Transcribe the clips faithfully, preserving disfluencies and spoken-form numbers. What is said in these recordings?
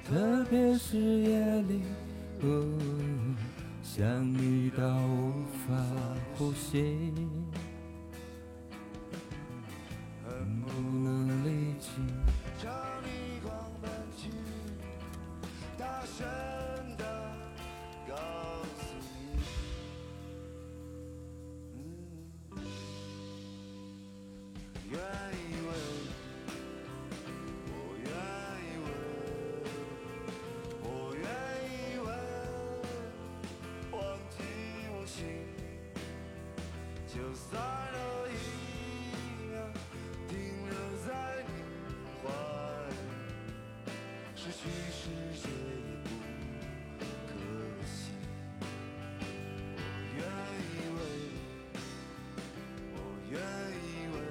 特别是夜里，哦，想你到无法呼吸，恨不能立即朝你狂奔去，大声地告诉你，嗯，愿意为，我愿意为，我愿意为，忘记我心里，就算有一秒停留在你怀里，失去世界也不可惜。我愿意为，我愿意为，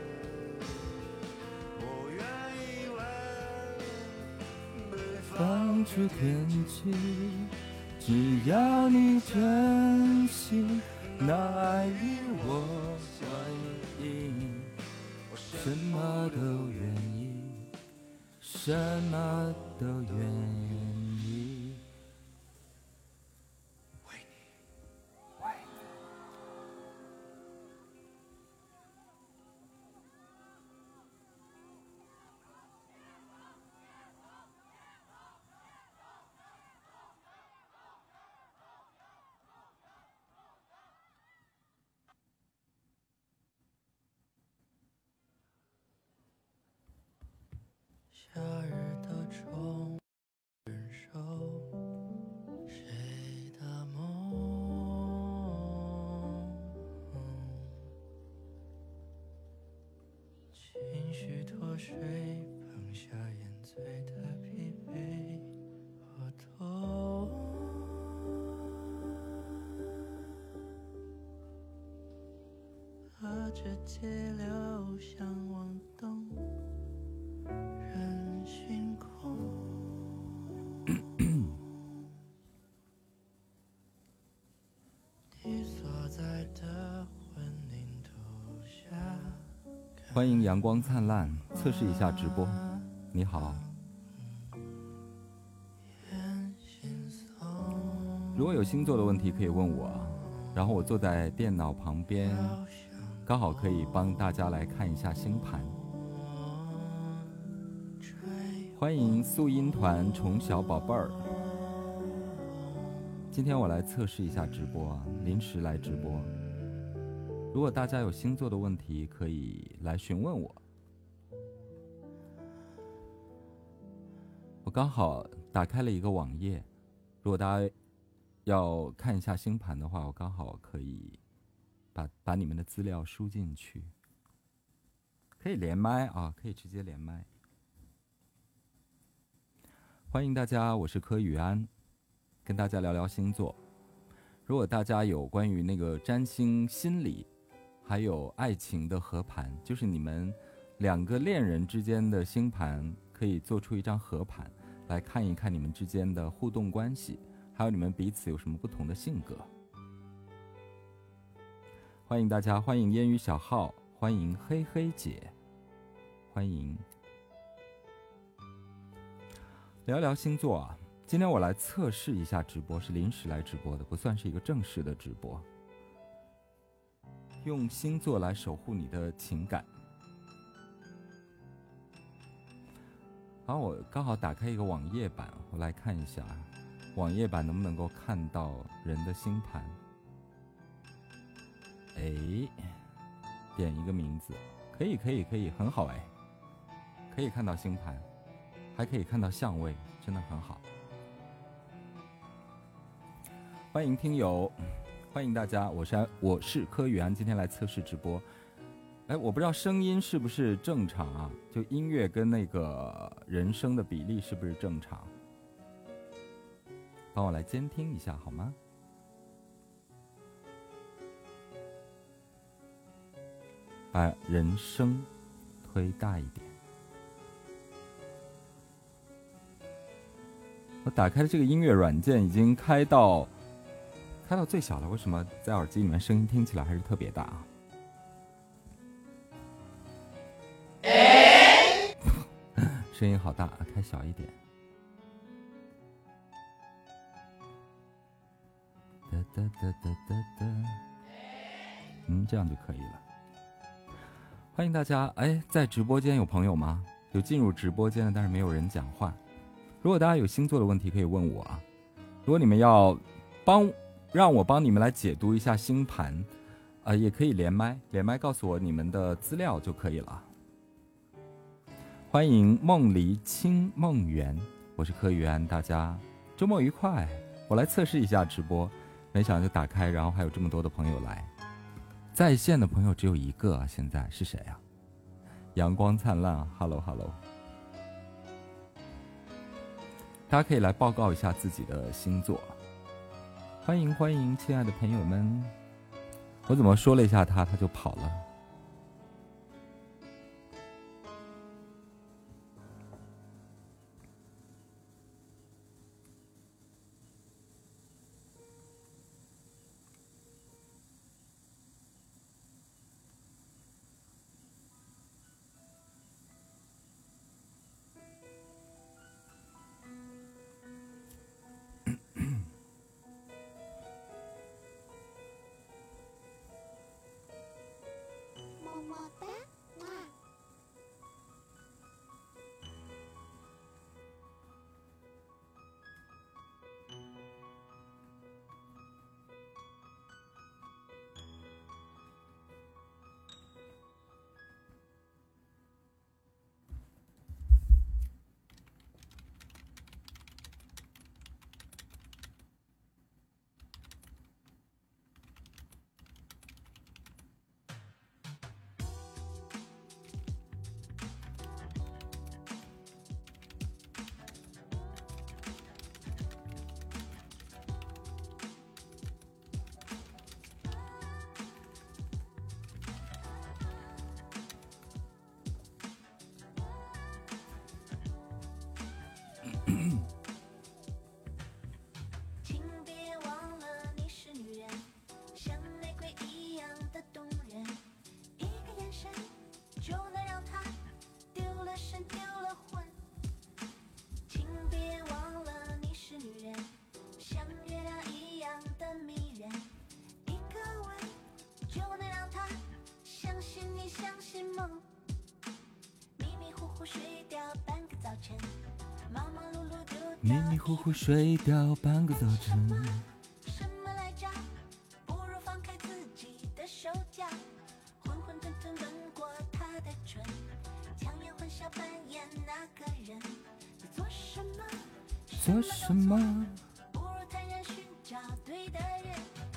我愿意为，被放逐天际，只要你真心，那爱与我欢迎，什么都愿意，什么都愿意。 为你。 夏日的虫忍受谁的梦，情绪脱水，放下烟醉的疲惫和痛，和着街流向往东人群空。你所在的混凝土下， 欢迎阳光灿烂，测试一下直播。你好，如果有星座的问题可以问我，然后我坐在电脑旁边，刚好可以帮大家来看一下星盘。欢迎素音团虫小宝贝儿，今天我来测试一下直播啊，临时来直播。如果大家有星座的问题，可以来询问我。我刚好打开了一个网页，如果大家要看一下星盘的话，我刚好可以把把你们的资料输进去，可以连麦啊，可以直接连麦。欢迎大家，我是柯宇安，跟大家聊聊星座。如果大家有关于那个占星心理，还有爱情的合盘，就是你们两个恋人之间的星盘，可以做出一张合盘，来看一看你们之间的互动关系，还有你们彼此有什么不同的性格。欢迎大家，欢迎烟雨小号，欢迎黑黑姐，欢迎。聊聊星座啊，今天我来测试一下直播，是临时来直播的，不算是一个正式的直播。用星座来守护你的情感。好，我刚好打开一个网页版，我来看一下网页版能不能够看到人的星盘。哎，点一个名字，可以可以可以，很好哎，可以看到星盘，还可以看到相位，真的很好。欢迎听友，欢迎大家，我是我是柯宇安，今天来测试直播。哎，我不知道声音是不是正常啊？就音乐跟那个人声的比例是不是正常？帮我来监听一下好吗？把人声推大一点。我打开的这个音乐软件已经开到开到最小了，为什么在耳机里面声音听起来还是特别大啊？声音好大，开小一点。 哒哒哒哒哒，嗯，这样就可以了。欢迎大家，哎，在直播间有朋友吗？有进入直播间的，但是没有人讲话。如果大家有星座的问题，可以问我啊。如果你们要帮让我帮你们来解读一下星盘，呃，也可以连麦，连麦告诉我你们的资料就可以了。欢迎梦离清梦圆，我是柯宇安，大家周末愉快。我来测试一下直播，没想到就打开，然后还有这么多的朋友来。在线的朋友只有一个啊，现在是谁啊？阳光灿烂 ，Hello Hello， 大家可以来报告一下自己的星座。欢迎欢迎，亲爱的朋友们！我怎么说了一下他，他就跑了？迷迷糊糊睡掉半个早晨。 什么来着？不如放开自己的手脚，混混沌沌吻过他的唇，强颜欢笑扮演那个人，在做什么？ 做什么？ 不如坦然寻找对的人。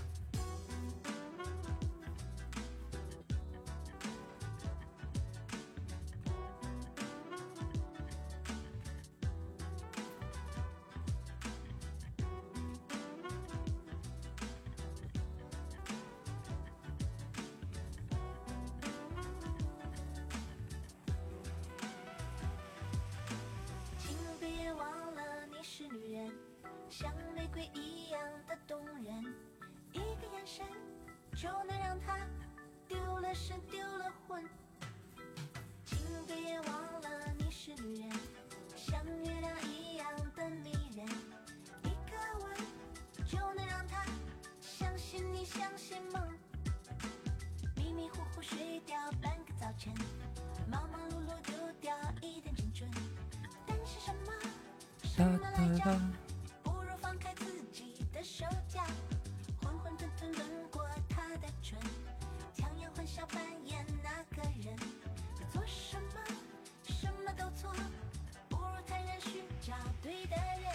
像玫瑰一样的动人，一个眼神就能让他丢了神丢了魂。请别忘了你是女人，像月亮一样的迷人，一个吻就能让他相信你相信梦。迷迷糊糊睡掉半个早晨，忙忙碌碌丢掉一点青春，但是什么什么来着？放开自己的手脚，混混沌沌吻过他的唇，强颜欢笑扮演那个人，做什么什么都错，不如坦然寻找对的人。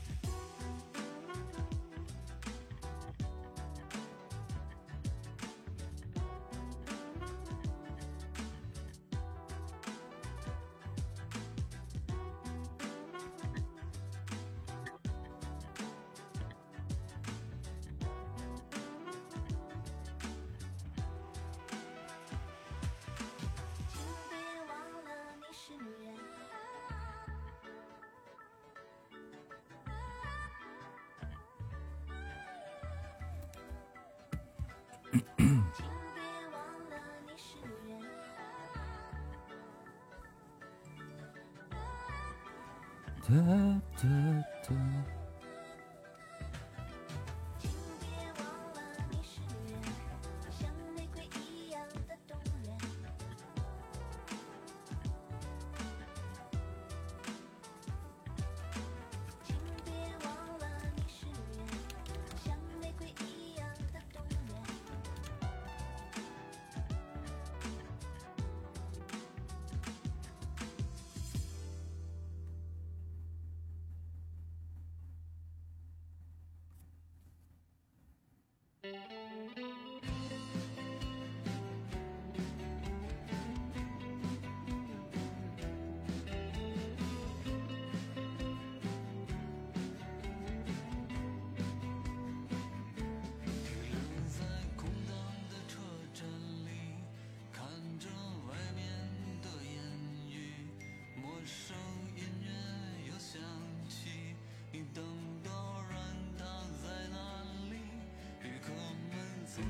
哒哒哒。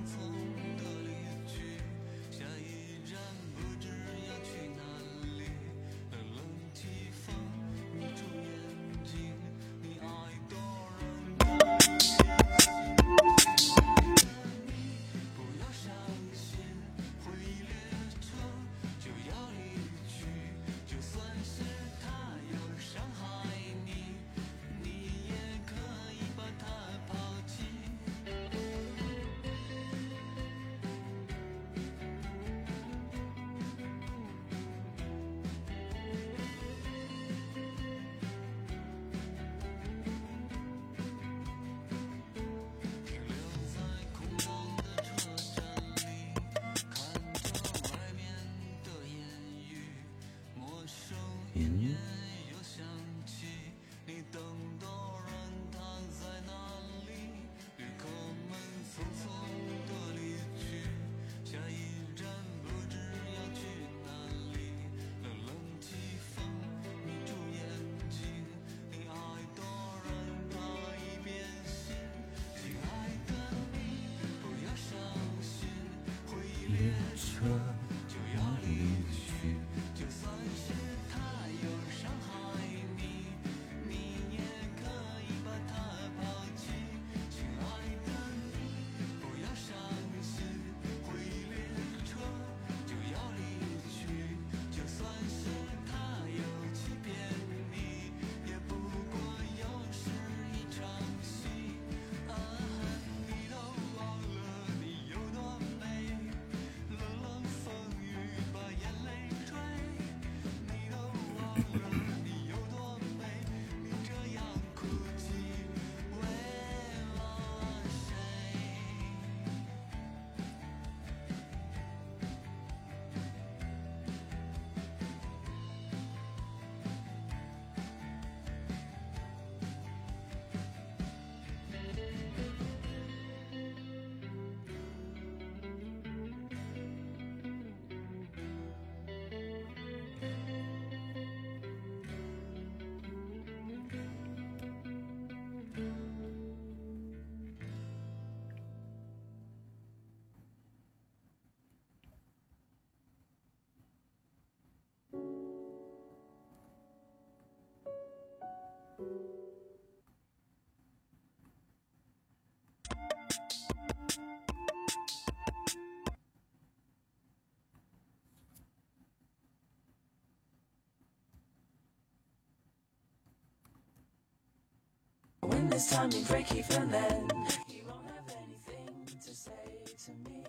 When there's time you break even then you won't have anything to say to me.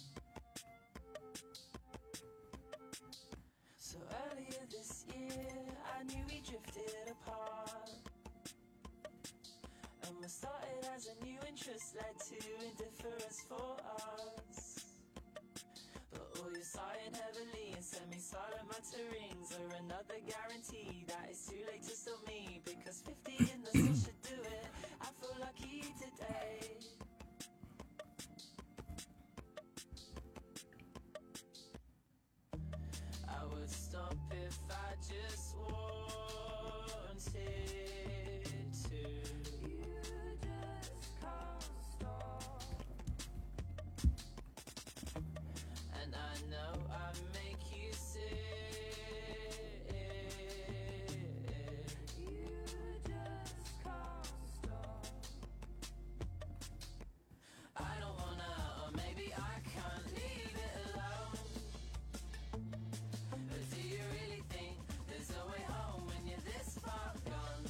So earlier this year I knew we drifted apart, and what started as a new interest led to indifference for us. But all your sighing heavily and semi-silent mutterings are another guarantee that it's too late to stop me, because fifty in the sun should do it. I feel lucky today. I would stop if I just wanted to. You just can't stop. And I know I make you sick. You just can't stop. I don't wanna, or maybe I can't leave it alone. But do you really think there's no way home when you're this far gone?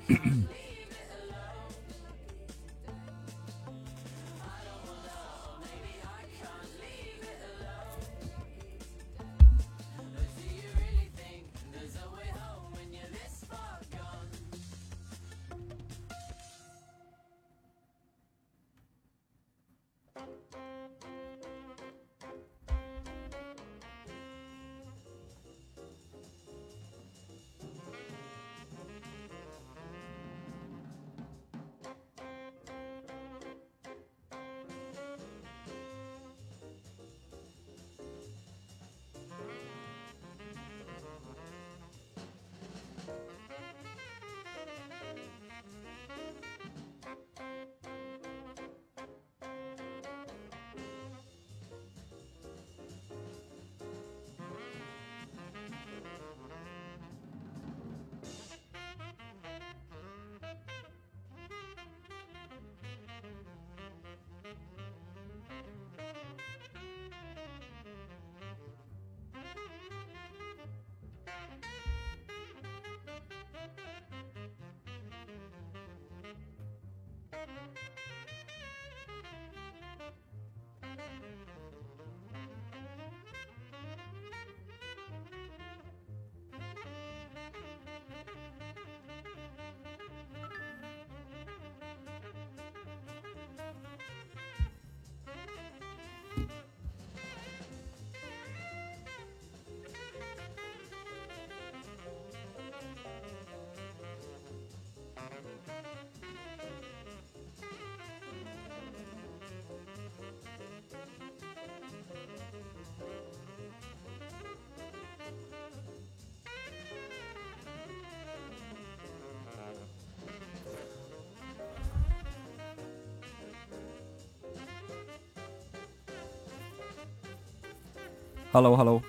Hello Hello，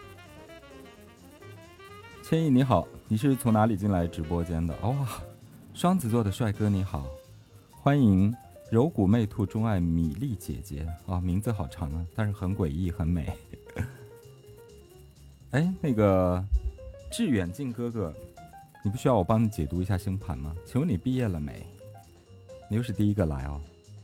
千亿你好，你是从哪里进来直播间的？哇、哦，双子座的帅哥你好，欢迎柔骨媚兔钟爱米粒姐姐啊、哦，名字好长啊，但是很诡异很美。哎，那个致远近哥哥，你不需要我帮你解读一下星盘吗？请问你毕业了没？你又是第一个来哦。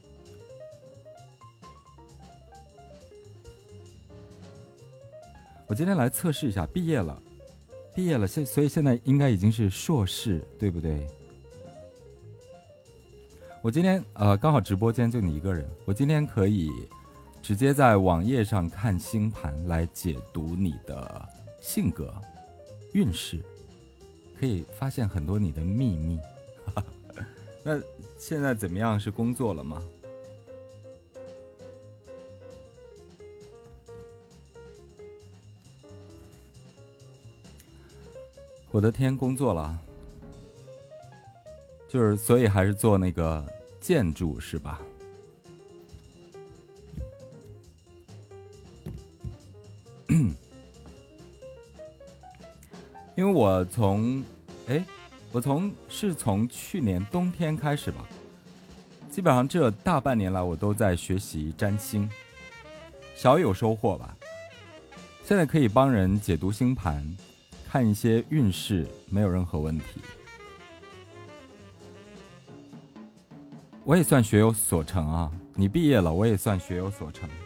我今天来测试一下，毕业了，毕业了，现所以现在应该已经是硕士，对不对？我今天呃刚好直播间就你一个人，我今天可以直接在网页上看星盘来解读你的性格、运势，可以发现很多你的秘密。那现在怎么样？是工作了吗？我的天，工作了，就是所以还是做那个建筑是吧？因为我从哎，我从是从去年冬天开始吧，基本上这大半年来我都在学习占星，小有收获吧。现在可以帮人解读星盘。看一些运势没有任何问题，我也算学有所成啊！你毕业了，我也算学有所成，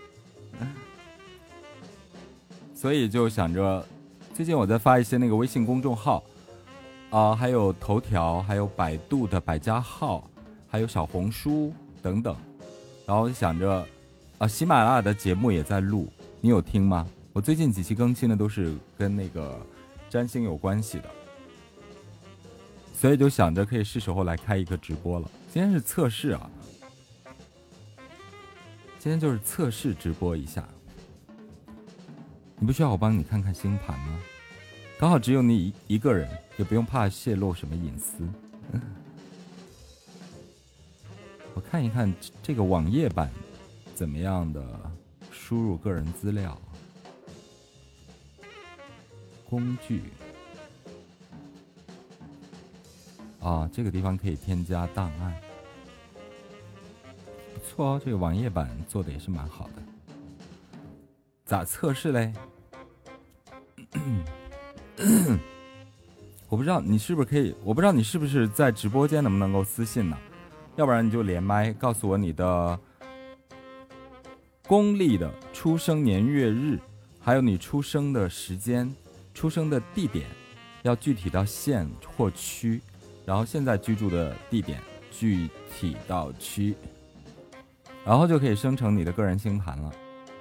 所以就想着，最近我在发一些那个微信公众号啊、呃，还有头条，还有百度的百家号，还有小红书等等，然后想着啊、呃，喜马拉雅的节目也在录，你有听吗？我最近几期更新的都是跟那个占星有关系的，所以就想着可以是时候来开一个直播了。今天是测试啊，今天就是测试直播一下。你不需要我帮你看看星盘吗？刚好只有你一个人，也不用怕泄露什么隐私。我看一看这个网页版怎么样的输入个人资料。工具啊，这个地方可以添加档案，不错哦，这个网页版做的也是蛮好的。咋测试嘞？ 我不知道你是不是可以，我不知道你是不是在直播间能不能够私信呢？要不然你就连麦告诉我你的公历的出生年月日，还有你出生的时间、出生的地点，要具体到县或区，然后现在居住的地点具体到区，然后就可以生成你的个人星盘了。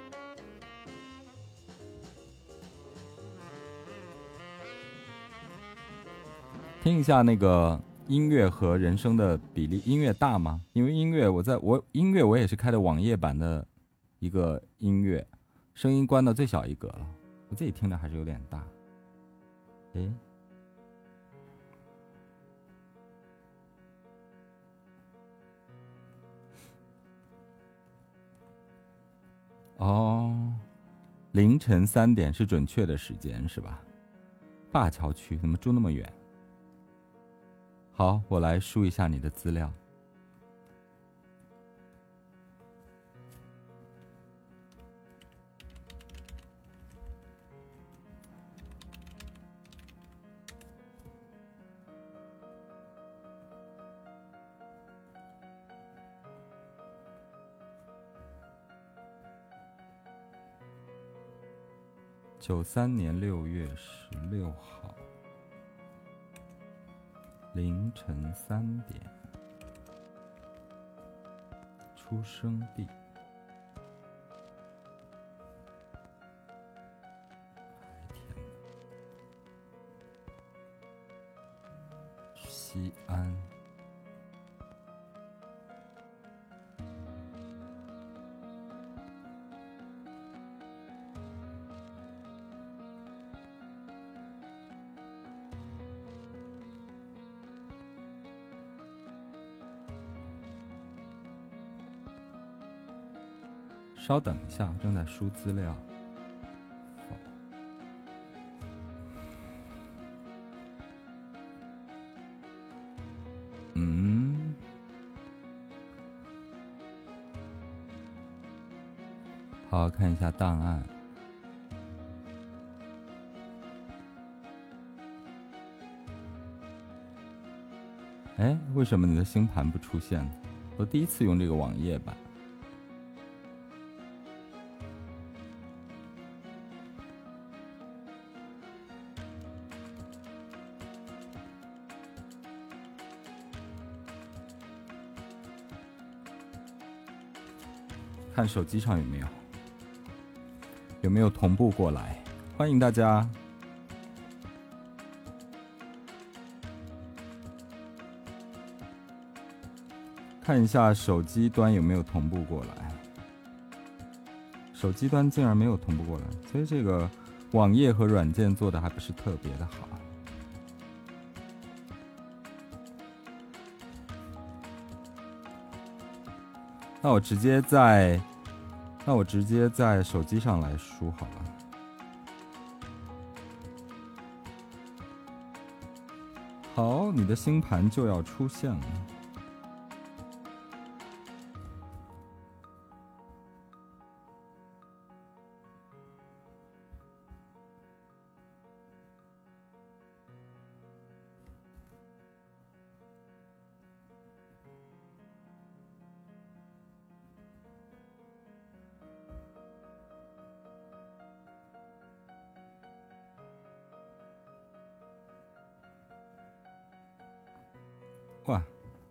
听一下那个音乐和人声的比例，音乐大吗？因为音乐我在我音乐我也是开的网页版的一个音乐，声音关到最小一格了，我自己听着还是有点大。诶，哦，凌晨三点是准确的时间是吧？灞桥区怎么住那么远？好，我来输一下你的资料。九三年六月十六号。凌晨三点，出生地西安。稍等一下，正在输资料。嗯，好，看一下档案。哎，为什么你的星盘不出现呢？我第一次用这个网页版。看手机上有没有有没有同步过来，欢迎大家。看一下手机端有没有同步过来，手机端竟然没有同步过来，所以这个网页和软件做的还不是特别的好。那我直接在，那我直接在手机上来输好了。好，你的星盘就要出现了。哇，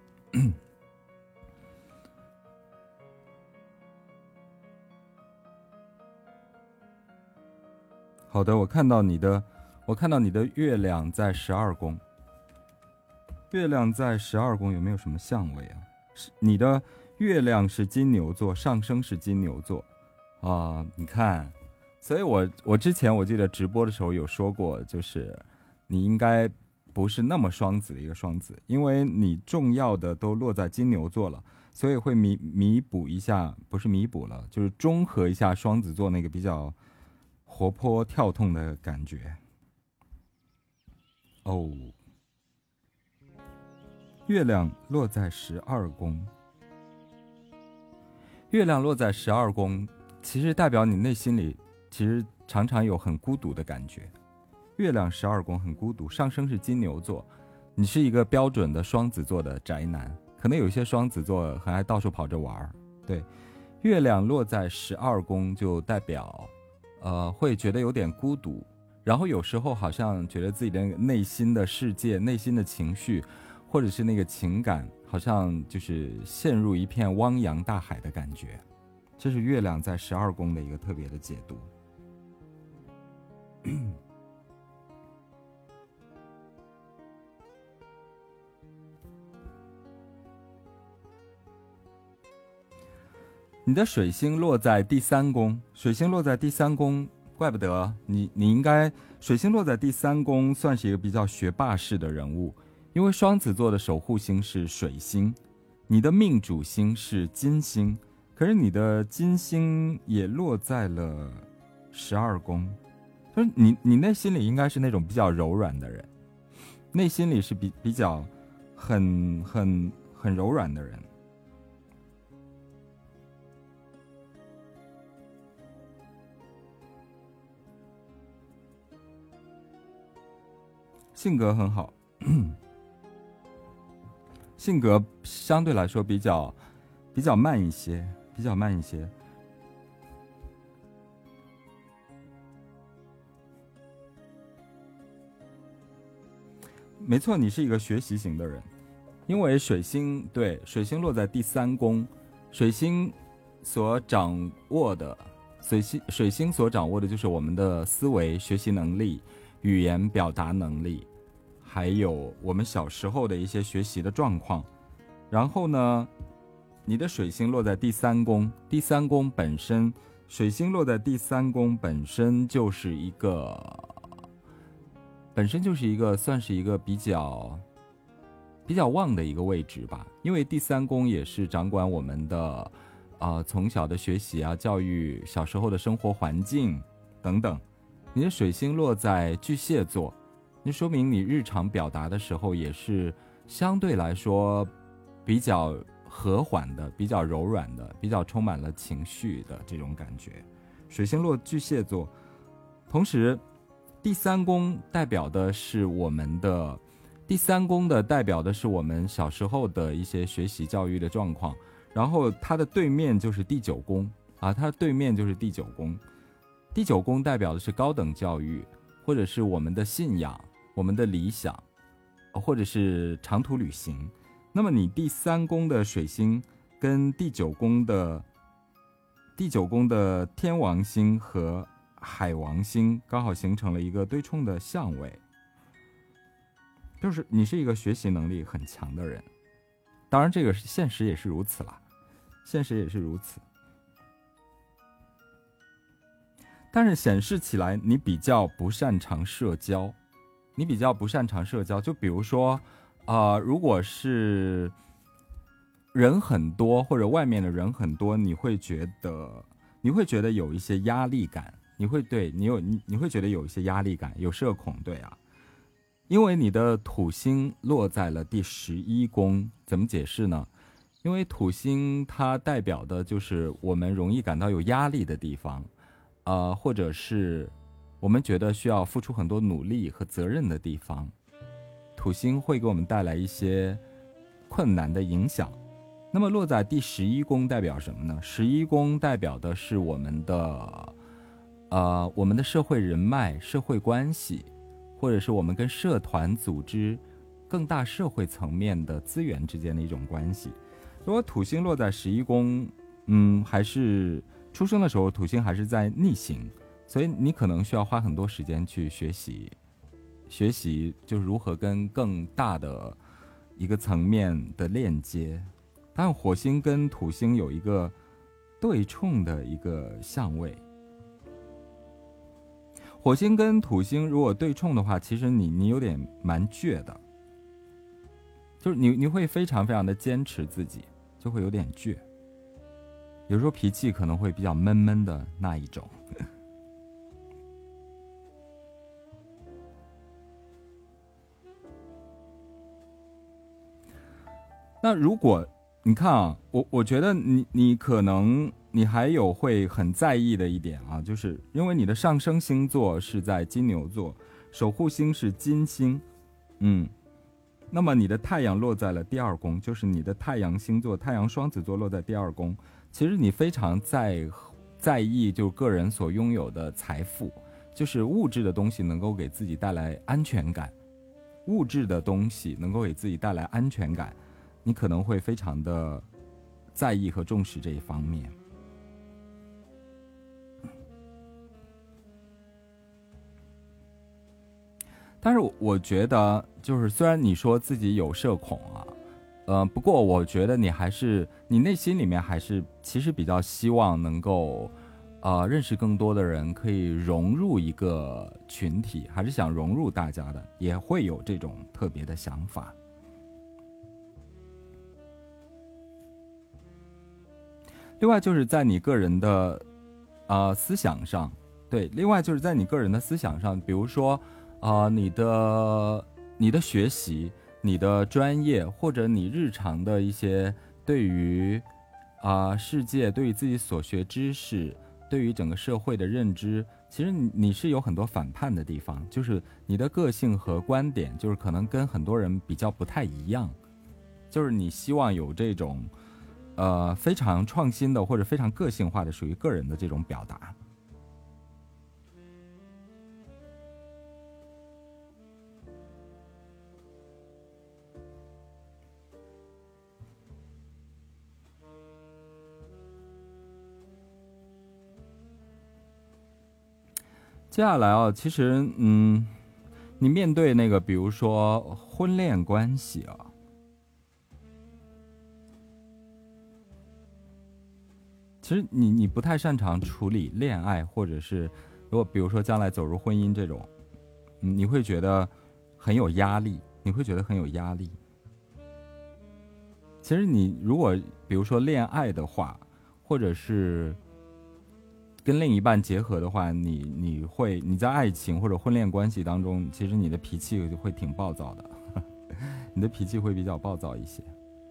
好的，我看到你的，我看到你的月亮在十二宫。月亮在十二宫有没有什么相位啊？是你的月亮是金牛座，上升是金牛座啊。你看，所以我我之前我记得直播的时候有说过，就是你应该不是那么双子的一个双子，因为你重要的都落在金牛座了，所以会弥弥补一下，不是弥补了，就是中和一下双子座那个比较活泼跳动的感觉。哦，月亮落在十二宫，月亮落在十二宫，其实代表你内心里其实常常有很孤独的感觉。 月亮十二宫很孤独，上升是金牛座，你是一个标准的双子座的宅男，可能有一些双子座很爱到处跑着玩。对，月亮落在十二宫就代表呃会觉得有点孤独，然后有时候好像觉得自己的内心的世界、内心的情绪或者是那个情感好像就是陷入一片汪洋大海的感觉，这是月亮在十二宫的一个特别的解读。你的水星落在第三宫，水星落在第三宫，怪不得你你应该水星落在第三宫，算是一个比较学霸式的人物，因为双子座的守护星是水星，你的命主星是金星，可是你的金星也落在了十二宫，就是你你内心里应该是那种比较柔软的人，内心里是比比较很很很柔软的人。性格很好，性格相对来说比较比较慢一些，比较慢一些。没错，你是一个学习型的人，因为水星对水星落在第三宫，水星所掌握的水星水星所掌握的就是我们的思维、学习能力、语言表达能力，还有我们小时候的一些学习的状况。然后呢，你的水星落在第三宫，第三宫本身，水星落在第三宫本身就是一个，本身就是一个算是一个比较比较旺的一个位置吧，因为第三宫也是掌管我们的呃从小的学习啊、教育、小时候的生活环境等等。你的水星落在巨蟹座，那说明你日常表达的时候也是相对来说比较和缓的、比较柔软的、比较充满了情绪的这种感觉。水星落巨蟹座，同时第三宫代表的是我们的第三宫的代表的是我们小时候的一些学习教育的状况，然后它的对面就是第九宫啊，它的对面就是第九宫。第九宫代表的是高等教育，或者是我们的信仰、我们的理想，或者是长途旅行。那么你第三宫的水星跟第九宫的第九宫的天王星和海王星刚好形成了一个对冲的相位，就是你是一个学习能力很强的人。当然这个现实也是如此啦，现实也是如此。但是显示起来你比较不擅长社交，你比较不擅长社交，就比如说呃，如果是人很多或者外面的人很多，你会觉得你会觉得有一些压力感，你会对你有你你会觉得有一些压力感，有社恐，对啊，因为你的土星落在了第十一宫。怎么解释呢？因为土星它代表的就是我们容易感到有压力的地方，呃，或者是我们觉得需要付出很多努力和责任的地方，土星会给我们带来一些困难的影响。那么落在第十一宫代表什么呢？十一宫代表的是我们的呃，我们的社会人脉、社会关系，或者是我们跟社团组织更大社会层面的资源之间的一种关系。如果土星落在十一宫，嗯，还是出生的时候土星还是在逆行，所以你可能需要花很多时间去学习学习就是如何跟更大的一个层面的链接。但火星跟土星有一个对冲的一个相位，火星跟土星如果对冲的话，其实你你有点蛮倔的，就是你你会非常非常的坚持自己，就会有点倔，有时候脾气可能会比较闷闷的那一种。那如果你看啊，我我觉得你你可能你还有会很在意的一点啊，就是因为你的上升星座是在金牛座， 守护星是金星，嗯，那么你的太阳落在了第二宫，就是你的太阳星座，太阳双子座落在第二宫。其实你非常在在意，就个人所拥有的财富，就是物质的东西能够给自己带来安全感，物质的东西能够给自己带来安全感，你可能会非常的在意和重视这一方面。但是我觉得，就是虽然你说自己有社恐啊，呃，不过我觉得你还是你内心里面还是其实比较希望能够，呃，认识更多的人，可以融入一个群体，还是想融入大家的，也会有这种特别的想法。另外就是在你个人的，呃，思想上，对，另外就是在你个人的思想上，比如说。啊、呃，你的你的学习、你的专业，或者你日常的一些对于啊、呃、世界、对于自己所学知识、对于整个社会的认知，其实你你是有很多反叛的地方，就是你的个性和观点，就是可能跟很多人比较不太一样，就是你希望有这种呃非常创新的或者非常个性化的属于个人的这种表达。接下来啊，其实嗯，你面对那个比如说婚恋关系啊，其实你你不太擅长处理恋爱，或者是如果比如说将来走入婚姻这种，嗯，你会觉得很有压力，你会觉得很有压力。其实你如果比如说恋爱的话，或者是跟另一半结合的话，你你会你在爱情或者婚恋关系当中，其实你的脾气会挺暴躁的，你的脾气会比较暴躁一些。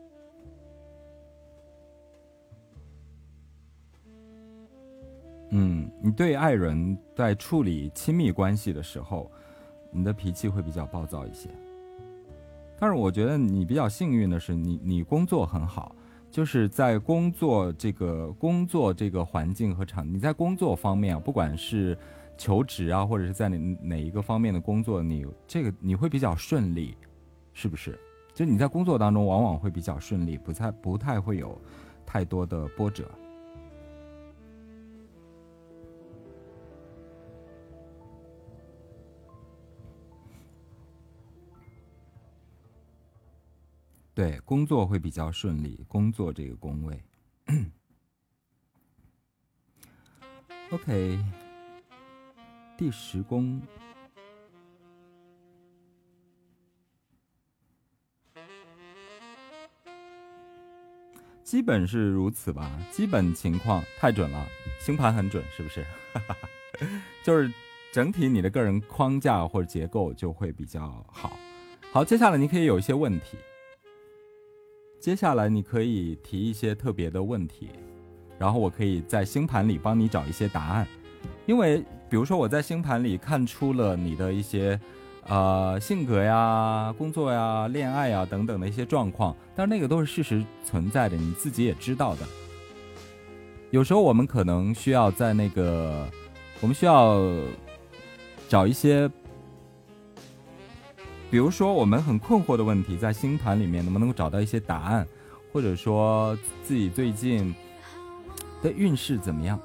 嗯，你对爱人在处理亲密关系的时候，你的脾气会比较暴躁一些。但是我觉得你比较幸运的是，你你工作很好。就是在工作这个工作这个环境和场，你在工作方面啊，不管是求职啊，或者是在哪哪一个方面的工作，你这个你会比较顺利，是不是？就你在工作当中往往会比较顺利，不太不太会有太多的波折。对，工作会比较顺利，工作这个宫位。OK， 第十宫，基本是如此吧。基本情况太准了，星盘很准，是不是？就是整体你的个人框架或者结构就会比较好。好，接下来你可以有一些问题。接下来你可以提一些特别的问题，然后我可以在星盘里帮你找一些答案。因为比如说我在星盘里看出了你的一些呃性格呀、工作呀、恋爱呀等等的一些状况，但是那个都是事实存在的，你自己也知道的。有时候我们可能需要在那个我们需要找一些比如说我们很困惑的问题，在星盘里面能不能够找到一些答案，或者说自己最近的运势怎么样。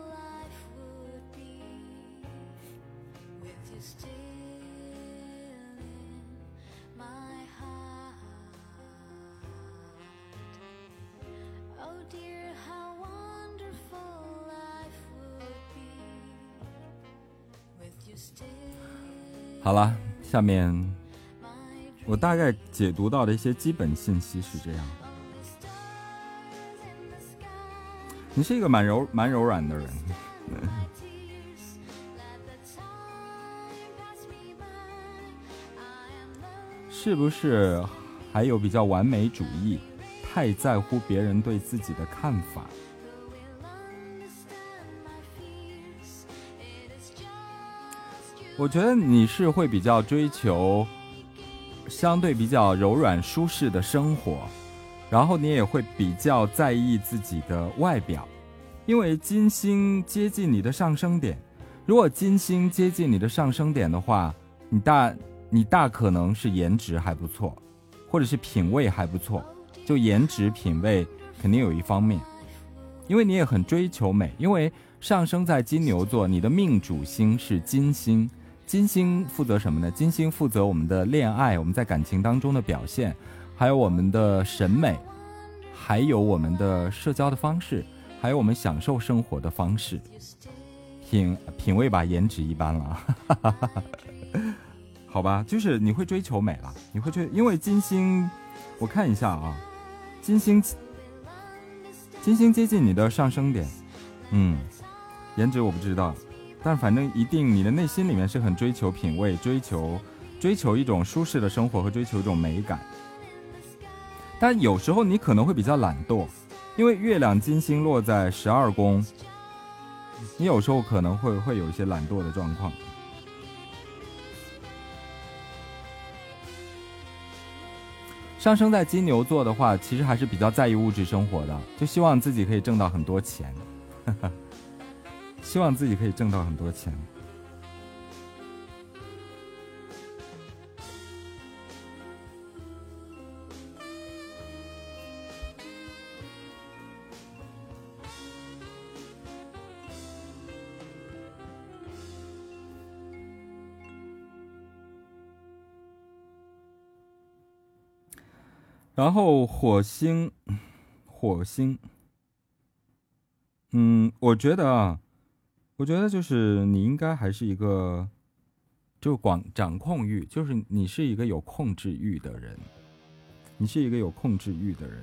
好了，下面我大概解读到的一些基本信息是这样。你是一个蛮柔蛮柔软的人，是不是还有比较完美主义，太在乎别人对自己的看法？ 我觉得你是会比较追求相对比较柔软舒适的生活，然后你也会比较在意自己的外表，因为金星接近你的上升点，如果金星接近你的上升点的话，你大你大可能是颜值还不错，或者是品味还不错，就颜值品味肯定有一方面，因为你也很追求美，因为上升在金牛座，你的命主星是金星，金星负责什么呢？金星负责我们的恋爱，我们在感情当中的表现，还有我们的审美，还有我们的社交的方式，还有我们享受生活的方式。品品味吧，颜值一般了好吧，就是你会追求美了，你会追，因为金星，我看一下啊，金星金星接近你的上升点，嗯，颜值我不知道，但反正一定你的内心里面是很追求品味，追求追求一种舒适的生活和追求一种美感。但有时候你可能会比较懒惰，因为月亮金星落在十二宫，你有时候可能会会有一些懒惰的状况。上升在金牛座的话，其实还是比较在意物质生活的，就希望自己可以挣到很多钱希望自己可以挣到很多钱。然后火星，火星，嗯，我觉得啊，我觉得就是你应该还是一个，就广掌控欲，就是你是一个有控制欲的人，你是一个有控制欲的人。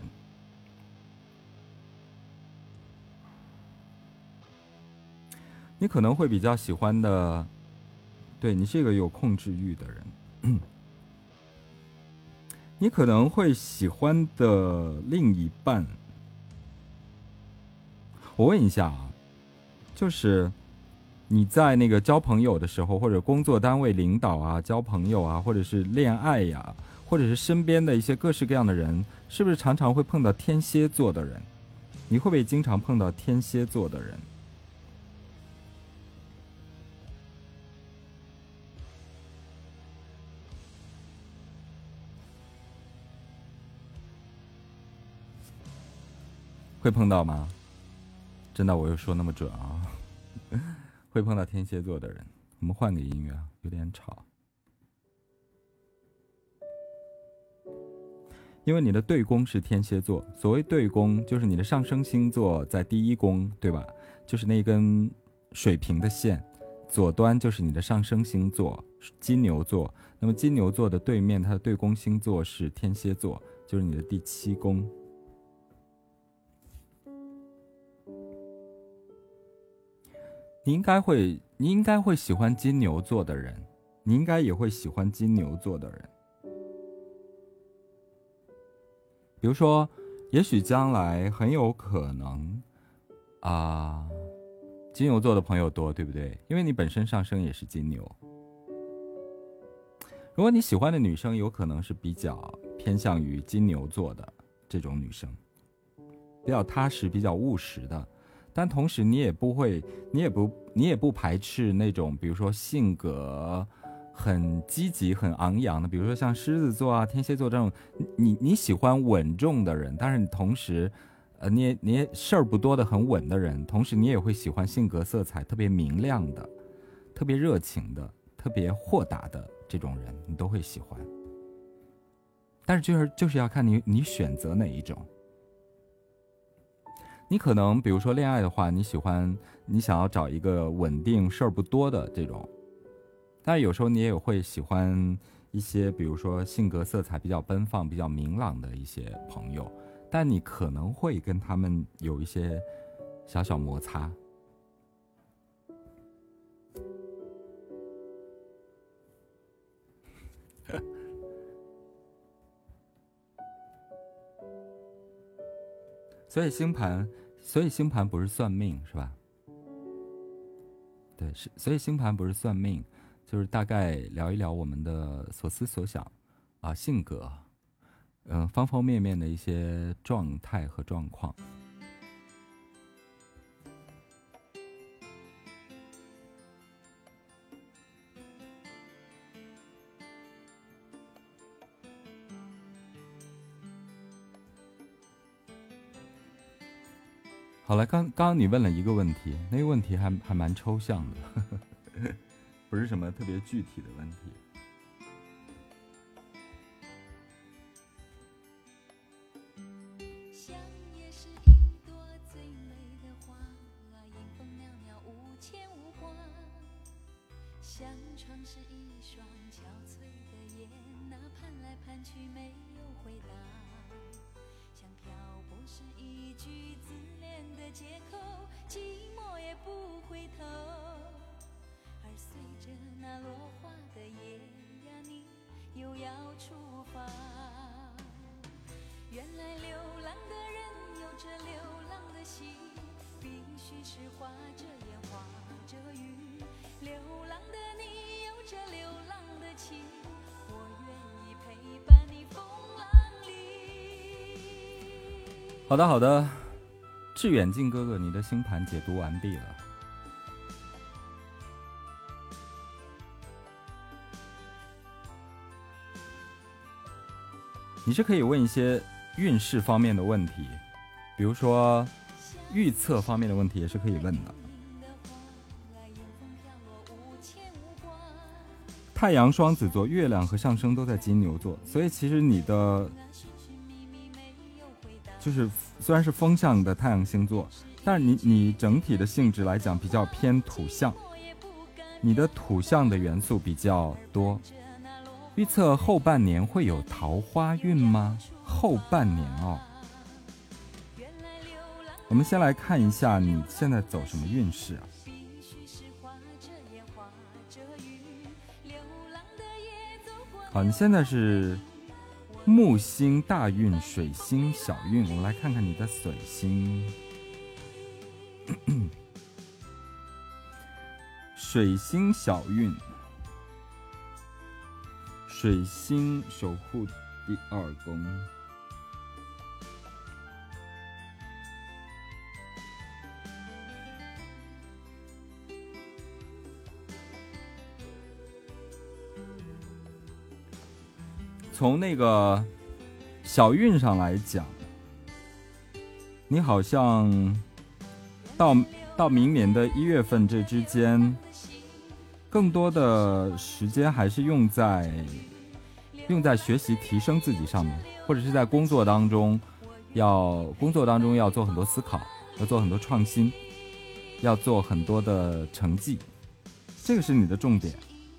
你可能会比较喜欢的，对，你是一个有控制欲的人。你可能会喜欢的另一半，我问一下啊，就是你在那个交朋友的时候，或者工作单位领导啊，交朋友啊，或者是恋爱呀、啊，或者是身边的一些各式各样的人，是不是常常会碰到天蝎座的人？你会不会经常碰到天蝎座的人？会碰到吗？真的，我又说那么准啊？会碰到天蝎座的人。我们换个音乐啊，有点吵。因为你的对宫是天蝎座，所谓对宫就是你的上升星座在第一宫，对吧？就是那根水平的线，左端就是你的上升星座金牛座，那么金牛座的对面，它的对宫星座是天蝎座，就是你的第七宫。你应该会，你应该会喜欢金牛座的人，你应该也会喜欢金牛座的人。比如说，也许将来很有可能啊，金牛座的朋友多，对不对？因为你本身上升也是金牛。如果你喜欢的女生有可能是比较偏向于金牛座的这种女生，比较踏实、比较务实的。但同时你也不会，你也不你也不排斥那种比如说性格很积极很昂扬的，比如说像狮子座啊天蝎座这种，你你喜欢稳重的人，但是你同时呃你也你也事儿不多的很稳的人，同时你也会喜欢性格色彩特别明亮的特别热情的特别豁达的这种人，你都会喜欢。但是就是就是要看你你选择哪一种。你可能比如说恋爱的话，你喜欢你想要找一个稳定事儿不多的这种，但是有时候你也会喜欢一些比如说性格色彩比较奔放比较明朗的一些朋友，但你可能会跟他们有一些小小摩擦。所以星盘，所以星盘不是算命，是吧？对，是，所以星盘不是算命， 就是大概聊一聊我们的所思所想啊，性格，嗯、呃，方方面面的一些状态和状况。好了，刚刚你问了一个问题，那个问题还还蛮抽象的，呵呵，不是什么特别具体的问题。 香也是一朵最美的花，迎风袅袅无牵无挂。像窗是一双憔悴的眼，那盼来盼去没有回答。像漂泊是一句自恋的借口，寂寞也不回头。而随着那落花的叶呀，你又要出发。原来流浪的人有着流浪的心，必须是画着眼画着雨。流浪的你有着流浪的情，我愿意陪伴你风浪里。 好的，好的，致远近哥哥，你的星盘解读完毕了。你是可以问一些运势方面的问题，比如说预测方面的问题也是可以问的。太阳双子座，月亮和上升都在金牛座，所以其实你的就是虽然是风象的太阳星座，但是你你整体的性质来讲比较偏土象，你的土象的元素比较多。预测后半年会有桃花运吗？后半年哦，我们先来看一下你现在走什么运势啊？好，你现在是木星大运，水星小运。我们来看看你的水星，水星小运。水星守护第二宫，从那个小运上来讲，你好像到到明年的一月份这之间，更多的时间还是用在用在学习提升自己上面，或者是在工作当中要工作当中要做很多思考，要做很多创新，要做很多的成绩，这个是你的重点。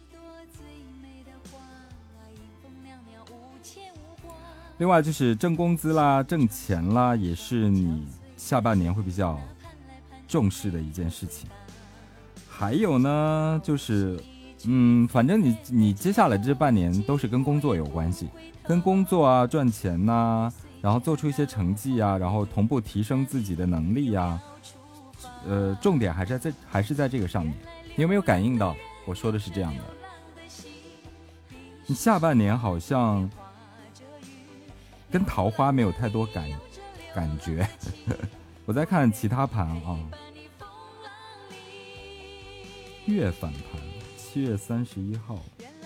另外就是挣工资啦，挣钱啦，也是你下半年会比较重视的一件事情。还有呢，就是嗯，反正你你接下来这半年都是跟工作有关系，跟工作啊、赚钱呐、啊，然后做出一些成绩啊，然后同步提升自己的能力啊，呃，重点还是在还是在这个上面。你有没有感应到我说的是这样的？你下半年好像跟桃花没有太多感感觉。我再看其他盘啊，月反盘。七月三十一号，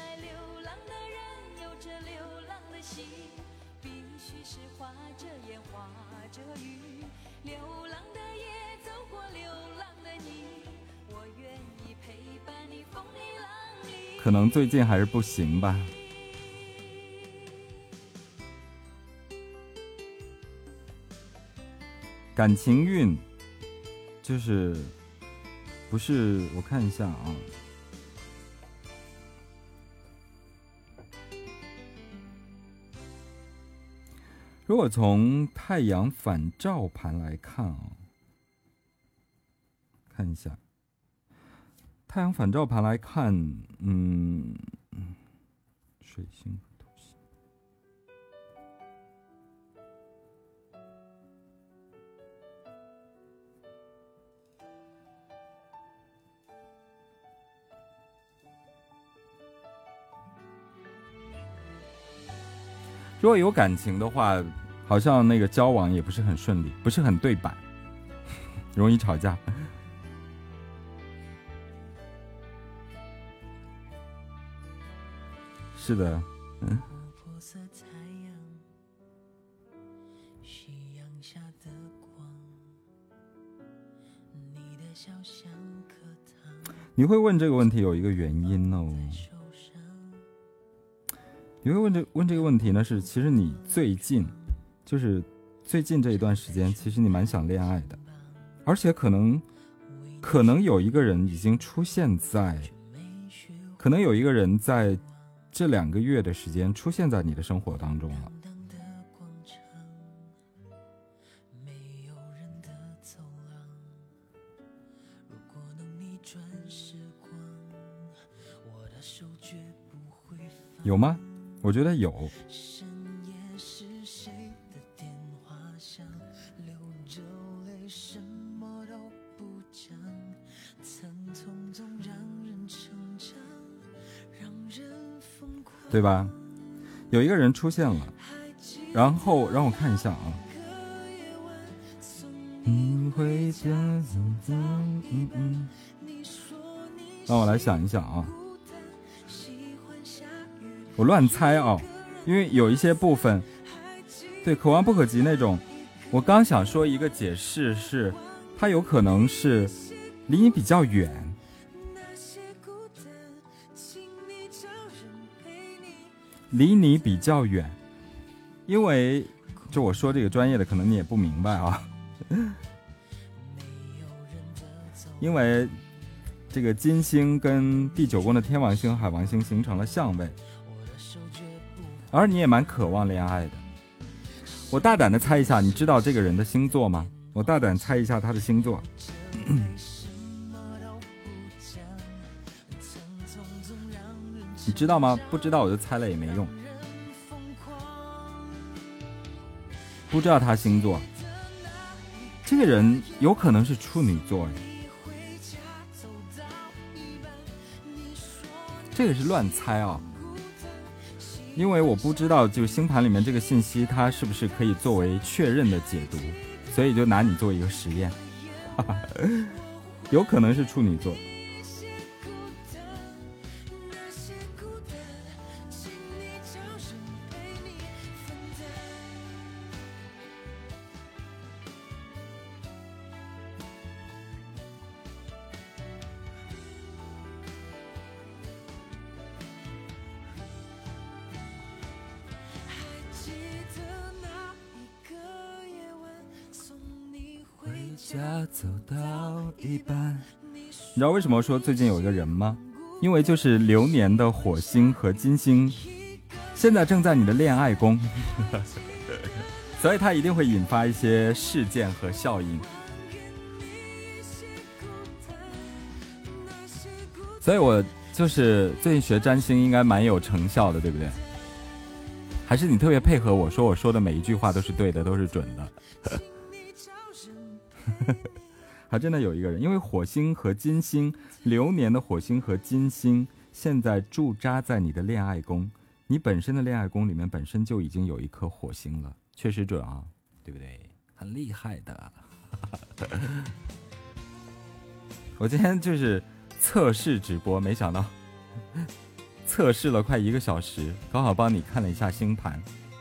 可能最近还是不行吧。感情运就是不是，我看一下啊。如果从太阳反照盘来看啊，看一下太阳反照盘来看，嗯，水星和土星， 如果有感情的话，好像那个交往也不是很顺利，不是很对版，容易吵架。是的，嗯。你会问这个问题有一个原因哦。你会问这问这个问题呢，是其实你最近，就是最近这一段时间，其实你蛮想恋爱的，而且可能可能有一个人已经出现在，可能有一个人在这两个月的时间出现在你的生活当中了。有吗？我觉得有。对吧？有一个人出现了，然后让我看一下啊。嗯嗯嗯，让我来想一想啊。我乱猜啊，因为有一些部分，对，可望不可及那种。我刚想说一个解释是，它有可能是离你比较远，离你比较远，因为就我说这个专业的，可能你也不明白啊，因为这个金星跟第九宫的天王星、海王星形成了相位。而你也蛮渴望恋爱的，我大胆的猜一下，你知道这个人的星座吗？我大胆猜一下他的星座。你知道吗？不知道我就猜了也没用。不知道他星座，这个人有可能是处女座。这个是乱猜啊。因为我不知道就星盘里面这个信息它是不是可以作为确认的解读，所以就拿你做一个实验。有可能是处女座。走到一半，你知道为什么说最近有一个人吗？因为就是流年的火星和金星现在正在你的恋爱宫，所以它一定会引发一些事件和效应。所以我就是最近学占星应该蛮有成效的，对不对？还是你特别配合我说我说的每一句话都是对的，都是准的。还真的有一个人，因为火星和金星，流年的火星和金星现在驻扎在你的恋爱宫，你本身的恋爱宫里面本身就已经有一颗火星了，确实准啊，对不对？很厉害的。我今天就是测试直播，没想到测试了快一个小时，刚好帮你看了一下星盘。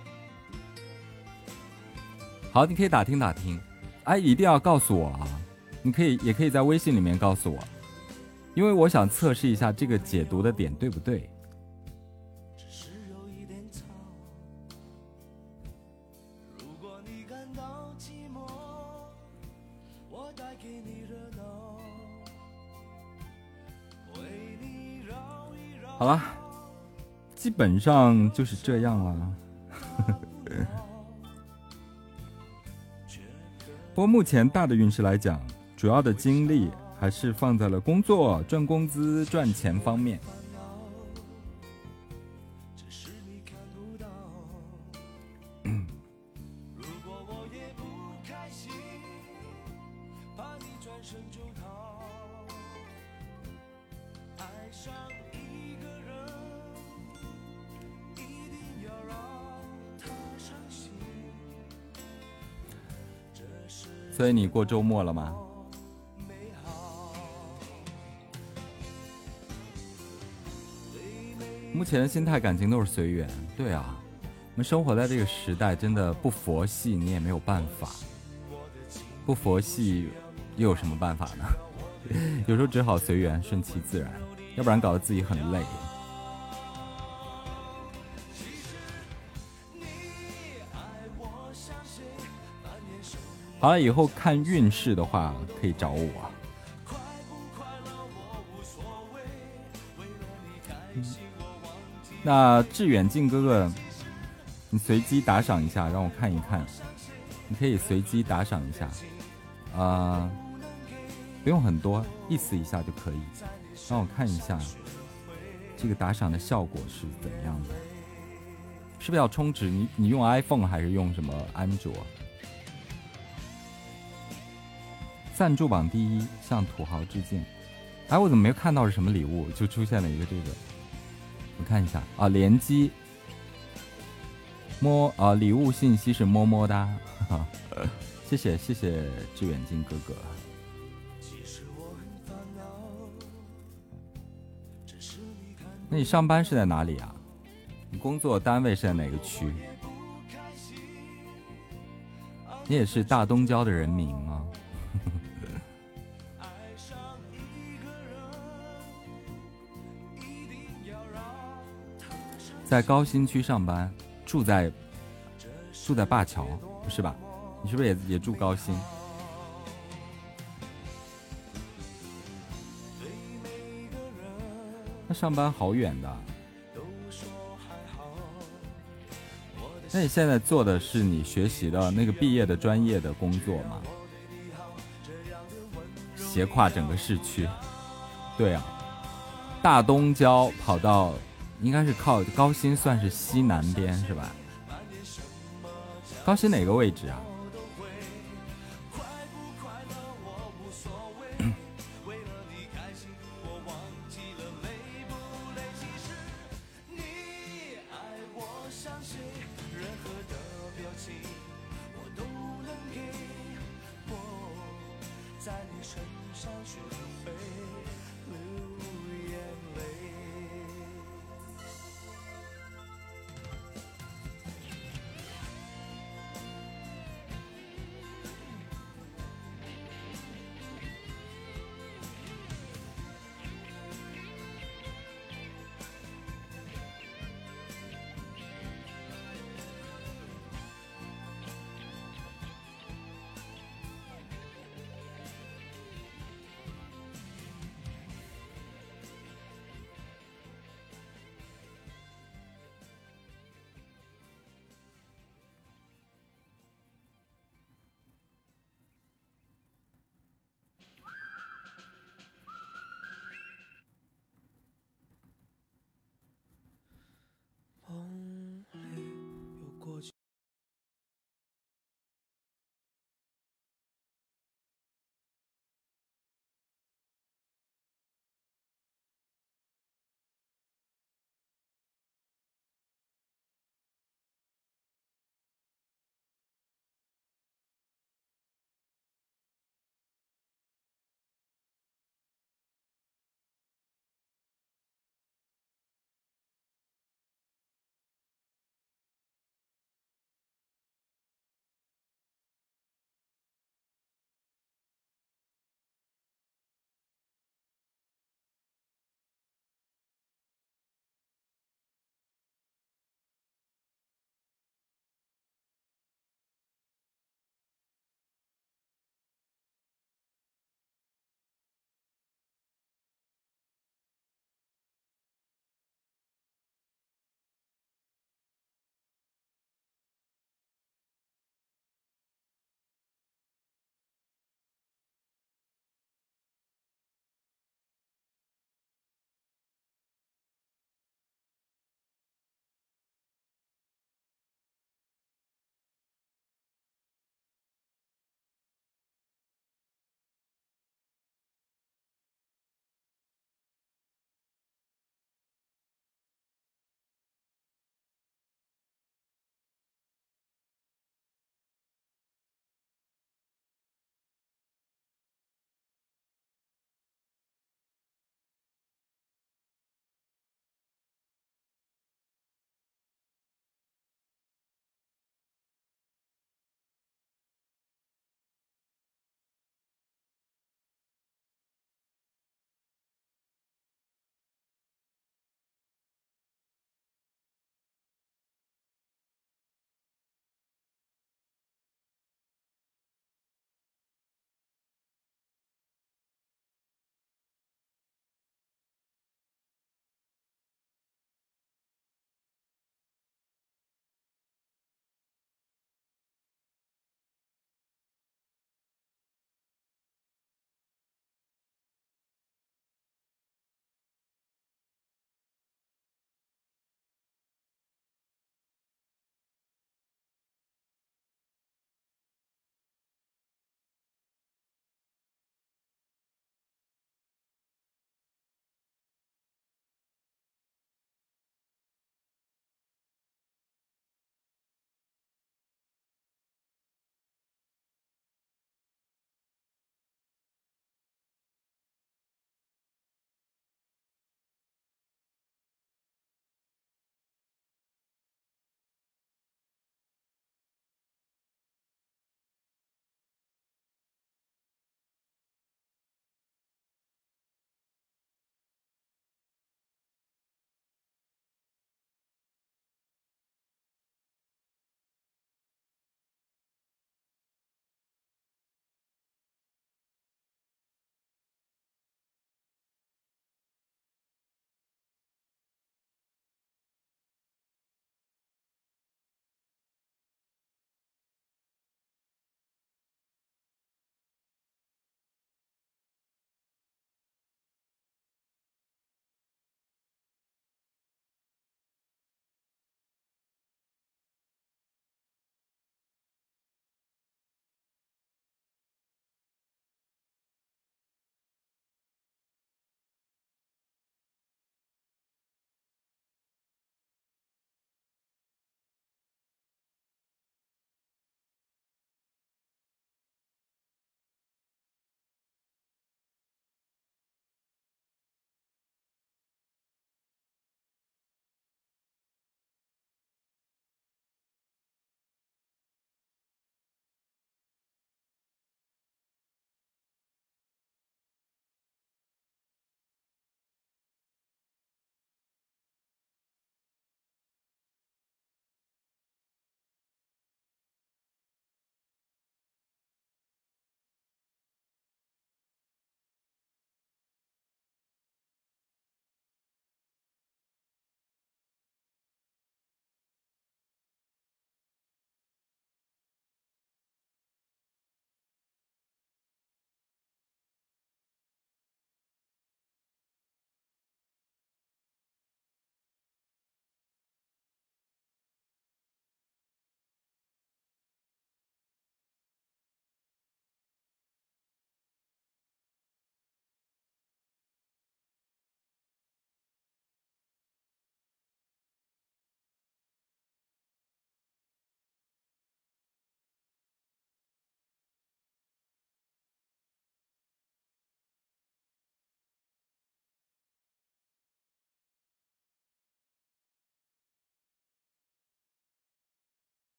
好，你可以打听打听，哎，一定要告诉我啊！你可以也可以在微信里面告诉我，因为我想测试一下这个解读的点对不对。好了，基本上就是这样了。不过目前大的运势来讲，主要的精力还是放在了工作、赚工资、赚钱方面。 所以你过周末了吗？目前的心态感情都是随缘。对啊，我们生活在这个时代，真的不佛系你也没有办法，不佛系又有什么办法呢？有时候只好随缘，顺其自然，要不然搞得自己很累。好了，以后看运势的话可以找我。嗯、那致远近哥哥，你随机打赏一下，让我看一看。你可以随机打赏一下，啊、呃，不用很多，意思一下就可以。让我看一下这个打赏的效果是怎么样的，是不是要充值？你你用 iPhone 还是用什么安卓？赞助榜第一，向土豪致敬。哎，我怎么没看到是什么礼物？就出现了一个这个，我看一下啊，联机摸啊，礼物信息是么么哒，哈哈，谢谢谢谢致远近哥哥。那你上班是在哪里啊？你工作单位是在哪个区？你也是大东郊的人民吗？在高新区上班，住在住在灞桥，不是吧？你是不是也也住高新？那上班好远的。那你现在做的是你学习的那个毕业的专业的工作吗？斜跨整个市区。对啊，大东郊跑到应该是靠高新，算是西南边是吧？高新哪个位置啊？ 在你身上学会